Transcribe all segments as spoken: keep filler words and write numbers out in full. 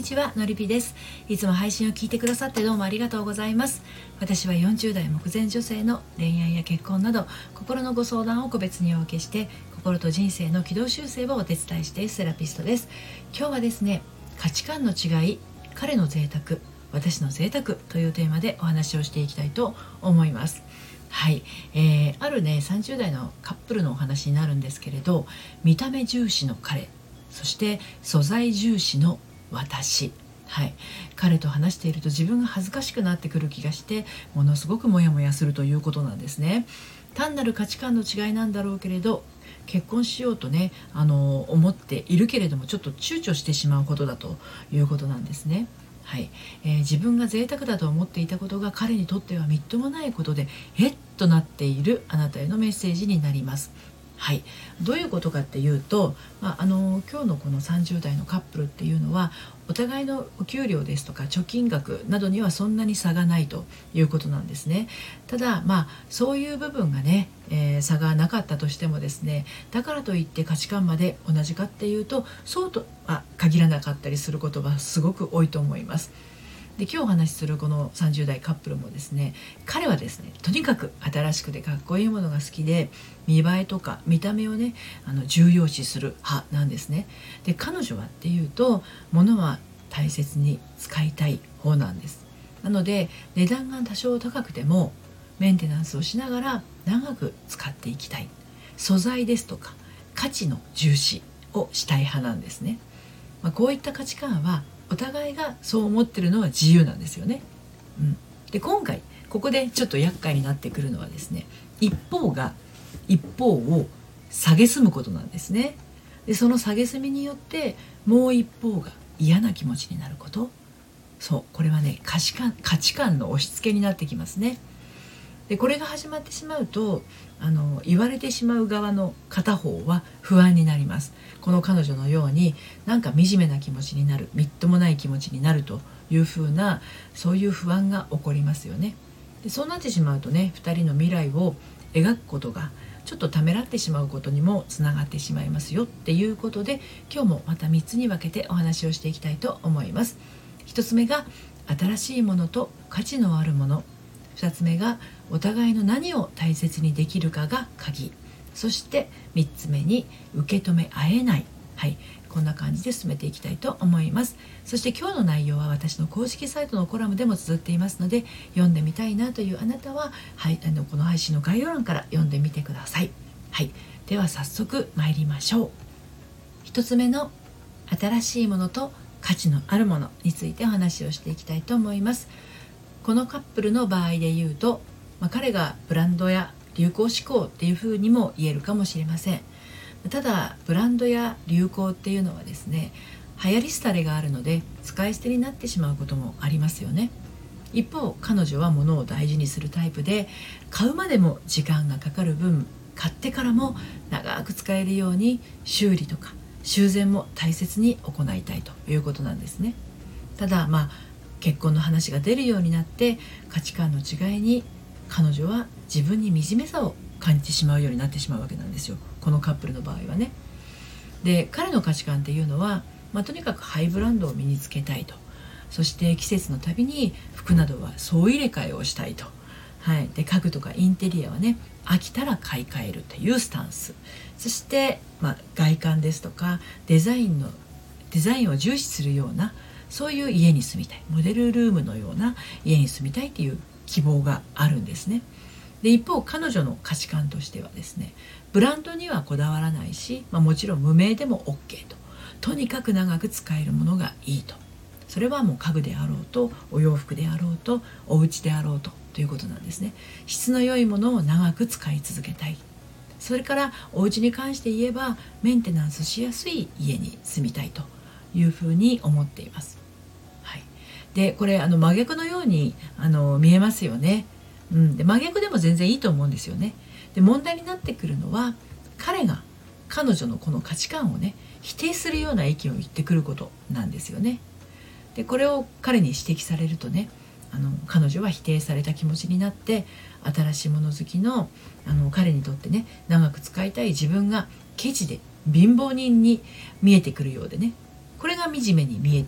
ちは、のりぴです。いつも配信を聞いてくださってどうもありがとうございます。私はよんじゅう代目前女性の恋愛や結婚など心のご相談を個別にお受けして、心と人生の軌道修正をお手伝いしているセラピストです。今日はですね、価値観の違い、彼の贅沢、私の贅沢というテーマでお話をしていきたいと思います。はい、えー、あるねさんじゅう代のカップルのお話になるんですけれど、見た目重視の彼、そして素材重視の私、はい、彼と話していると自分が恥ずかしくなってくる気がして、ものすごくモヤモヤするということなんですね。単なる価値観の違いなんだろうけれど、結婚しようとねあの思っているけれども、ちょっと躊躇してしまうことだということなんですね。はい、えー、自分が贅沢だと思っていたことが彼にとってはみっともないことで、えっとなっているあなたへのメッセージになります。はい、どういうことかっていうと、まあ、あの今日のこのさんじゅう代のカップルっていうのは、お互いのお給料ですとか貯金額などにはそんなに差がないということなんですね。ただまあそういう部分がね、えー、差がなかったとしてもですね、だからといって価値観まで同じかっていうと、そうとは限らなかったりすることがすごく多いと思います。で、今日お話しするこのさんじゅう代カップルもですね、彼はですね、とにかく新しくてかっこいいものが好きで、見栄えとか見た目をねあの重要視する派なんですね。で、彼女はっていうと、物は大切に使いたい方なんです。なので値段が多少高くてもメンテナンスをしながら長く使っていきたい、素材ですとか価値の重視をしたい派なんですね。まあ、こういった価値観はお互いがそう思ってるのは自由なんですよね。うん、で、今回ここでちょっと厄介になってくるのはですね、一方が一方を蔑むことなんですね。で、その蔑みによってもう一方が嫌な気持ちになること、そう、これはね価値観価値観の押し付けになってきますね。で、これが始まってしまうと、あの言われてしまう側の片方は不安になります。この彼女のようになんか惨めな気持ちになる、みっともない気持ちになるというふうな、そういう不安が起こりますよね。で、そうなってしまうとね、ふたりの未来を描くことがちょっとためらってしまうことにもつながってしまいますよっていうことで、今日もまたみっつに分けてお話をしていきたいと思います。ひとつめが新しいものと価値のあるもの、ふたつめがお互いの何を大切にできるかが鍵、そしてみっつめに受け止め合えない。はい、こんな感じで進めていきたいと思います。そして今日の内容は私の公式サイトのコラムでも綴っていますので、読んでみたいなというあなたは、はい、あのこの配信の概要欄から読んでみてください。はい、では早速参りましょう。ひとつめの新しいものと価値のあるものについてお話をしていきたいと思います。このカップルの場合で言うと、まあ、彼がブランドや流行志向っていうふうにも言えるかもしれません。ただブランドや流行っていうのはですね、流行り廃れがあるので使い捨てになってしまうこともありますよね。一方彼女は物を大事にするタイプで、買うまでも時間がかかる分、買ってからも長く使えるように修理とか修繕も大切に行いたいということなんですね。ただまあ結婚の話が出るようになって、価値観の違いに彼女は自分に惨めさを感じてしまうようになってしまうわけなんですよ、このカップルの場合はね。で、彼の価値観っていうのは、まあ、とにかくハイブランドを身につけたいと、そして季節のたびに服などは総入れ替えをしたいと、はい、で家具とかインテリアはね飽きたら買い替えるというスタンス、そして、まあ、外観ですとかデザインのデザインを重視するような、そういう家に住みたい、モデルルームのような家に住みたいという希望があるんですね。で、一方彼女の価値観としてはですね、ブランドにはこだわらないし、まあ、もちろん無名でも OK と、とにかく長く使えるものがいいと。それはもう家具であろうとお洋服であろうとお家であろうとということなんですね。質の良いものを長く使い続けたい。それからお家に関して言えばメンテナンスしやすい家に住みたいというふうに思っています。はい、でこれあの真逆のようにあの見えますよね。うん、で真逆でも全然いいと思うんですよね。で、問題になってくるのは、彼が彼女のこの価値観をね否定するような意見を言ってくることなんですよね。でこれを彼に指摘されるとね、あの彼女は否定された気持ちになって、新しいもの好きのあの彼にとってね長く使いたい自分がケチで貧乏人に見えてくるようでね、これが惨めに見えて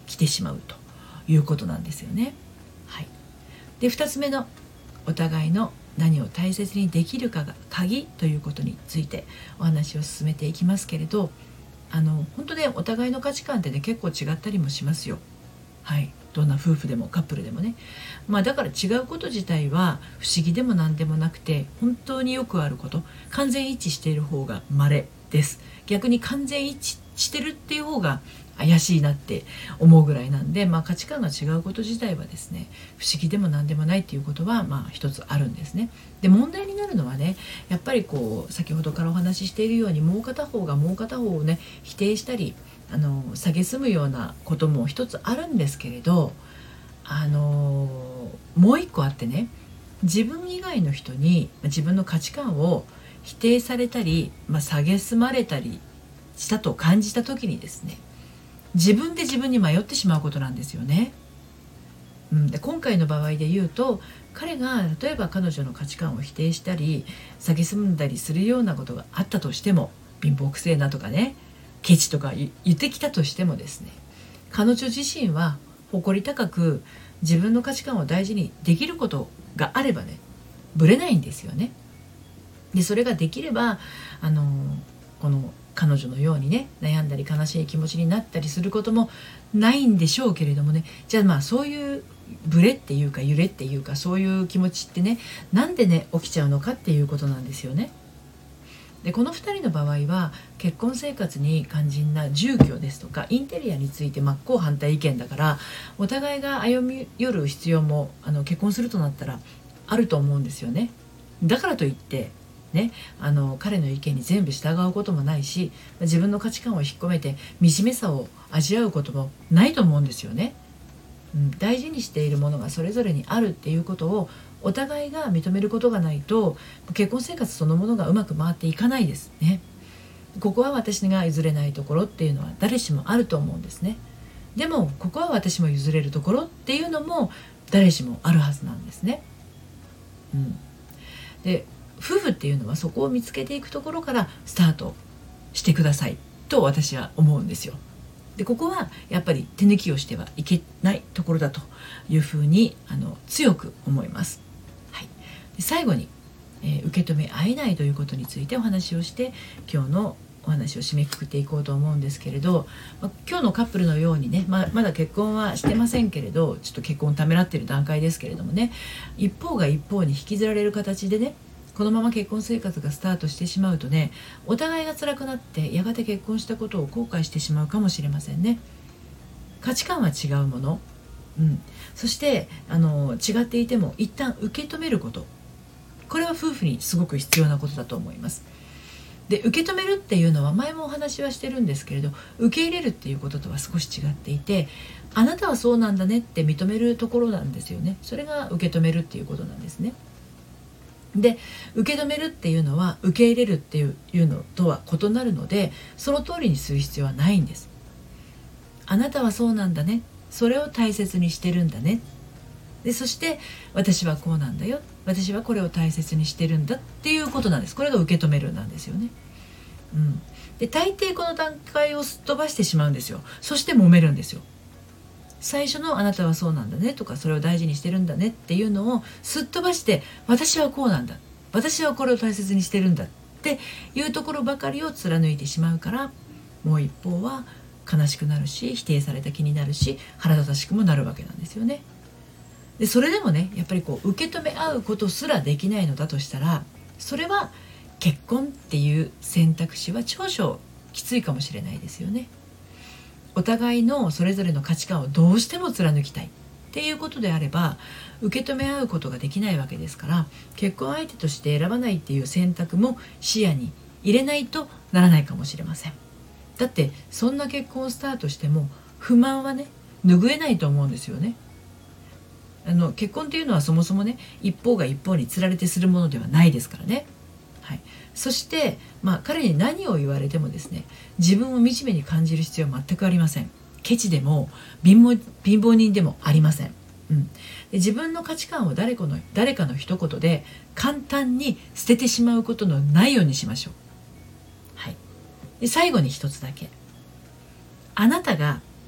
来てしまうということなんですよね。はい、でふたつめのお互いの何を大切にできるかが鍵ということについてお話を進めていきますけれど、あの本当ね、お互いの価値観ってね結構違ったりもしますよ。はい、どんな夫婦でもカップルでもね。まあだから違うこと自体は不思議でも何でもなくて、本当によくあること、完全一致している方が稀です。逆に完全一致してるっていう方が怪しいなって思うぐらいなんで、まあ、価値観が違うこと自体はですね、不思議でも何でもないっていうことはまあ一つあるんですね。で問題になるのはね、やっぱりこう先ほどからお話ししているように、もう片方がもう片方をね否定したり、あの蔑むようなことも一つあるんですけれど、あのもう一個あってね、自分以外の人に自分の価値観を否定されたり、まあ、蔑まれたりしたと感じた時にですね、自分で自分に迷ってしまうことなんですよね。うん、で今回の場合で言うと、彼が例えば彼女の価値観を否定したり蔑んだりするようなことがあったとしても、貧乏くせえなとかね、ケチとか言ってきたとしてもですね、彼女自身は誇り高く自分の価値観を大事にできることがあればね、ぶれないんですよね。でそれができれば、あのこの彼女のようにね悩んだり悲しい気持ちになったりすることもないんでしょうけれどもね、じゃあまあそういうブレっていうか揺れっていうか、そういう気持ちってね、なんでね起きちゃうのかっていうことなんですよね。でこのふたりの場合は結婚生活に肝心な住居ですとかインテリアについて真っ向反対意見だから、お互いが歩み寄る必要もあの結婚するとなったらあると思うんですよね。だからといってね、あの彼の意見に全部従うこともないし、自分の価値観を引っ込めて惨めさを味わうこともないと思うんですよね。うん、大事にしているものがそれぞれにあるっていうことをお互いが認めることがないと、結婚生活そのものがうまく回っていかないですね。ここは私が譲れないところっていうのは誰しもあると思うんですね。でもここは私も譲れるところっていうのも誰しもあるはずなんですね。うん、で夫婦っていうのはそこを見つけていくところからスタートしてくださいと私は思うんですよ。でここはやっぱり手抜きをしてはいけないところだというふうにあの強く思います。はい、で最後に、えー、受け止め合えないということについてお話をして今日のお話を締めくくっていこうと思うんですけれど、まあ、今日のカップルのようにね、まあ、まだ結婚はしてませんけれど、ちょっと結婚をためらっている段階ですけれどもね、一方が一方に引きずられる形でね、このまま結婚生活がスタートしてしまうとね、お互いが辛くなってやがて結婚したことを後悔してしまうかもしれませんね。価値観は違うもの、うん、そしてあの違っていても一旦受け止めること、これは夫婦にすごく必要なことだと思います。で受け止めるっていうのは前もお話はしてるんですけれど、受け入れるっていうこととは少し違っていて、あなたはそうなんだねって認めるところなんですよね。それが受け止めるっていうことなんですね。で受け止めるっていうのは受け入れるっていうのとは異なるので、その通りにする必要はないんです。あなたはそうなんだね、それを大切にしてるんだね、でそして私はこうなんだよ、私はこれを大切にしてるんだっていうことなんです。これが受け止めるなんですよね。うん、で大抵この段階をすっ飛ばしてしまうんですよ。そして揉めるんですよ。最初のあなたはそうなんだねとか、それを大事にしてるんだねっていうのをすっ飛ばして、私はこうなんだ、私はこれを大切にしてるんだっていうところばかりを貫いてしまうから、もう一方は悲しくなるし、否定された気になるし、腹立たしくもなるわけなんですよね。でそれでもね、やっぱりこう受け止め合うことすらできないのだとしたら、それは結婚っていう選択肢は少々きついかもしれないですよね。お互いのそれぞれの価値観をどうしても貫きたいっていうことであれば、受け止め合うことができないわけですから、結婚相手として選ばないっていう選択も視野に入れないとならないかもしれません。だってそんな結婚をスタートしても不満はね拭えないと思うんですよね。あの結婚っていうのはそもそもね、一方が一方につられてするものではないですからね。はい、そして、まあ、彼に何を言われてもですね、自分を惨めに感じる必要は全くありません。ケチでも貧乏、貧乏人でもありません。うん、で自分の価値観を誰かの、誰かの一言で簡単に捨ててしまうことのないようにしましょう。はい、で最後に一つだけ、あなたが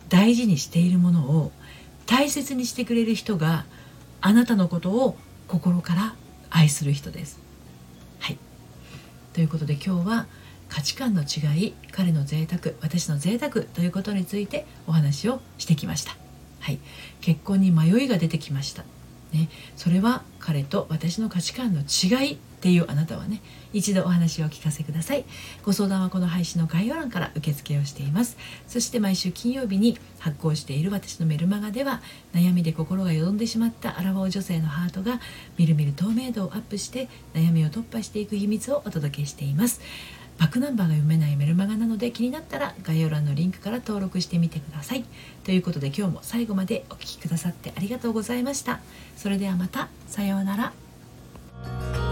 大事にしているものを大切にしてくれる人があなたのことを心から愛する人です。はい、ということで今日は価値観の違い、彼の贅沢、私の贅沢ということについてお話をしてきました。はい、結婚に迷いが出てきました、ね、それは彼と私の価値観の違いっていうあなたはね、一度お話を聞かせください。ご相談はこの配信の概要欄から受付をしています。そして毎週金曜日に発行している私のメルマガでは、悩みで心がよどんでしまったアラフォー女性のハートがみるみる透明度をアップして悩みを突破していく秘密をお届けしています。バックナンバーが読めないメルマガなので、気になったら概要欄のリンクから登録してみてください。ということで今日も最後までお聞きくださってありがとうございました。それではまた、さようなら。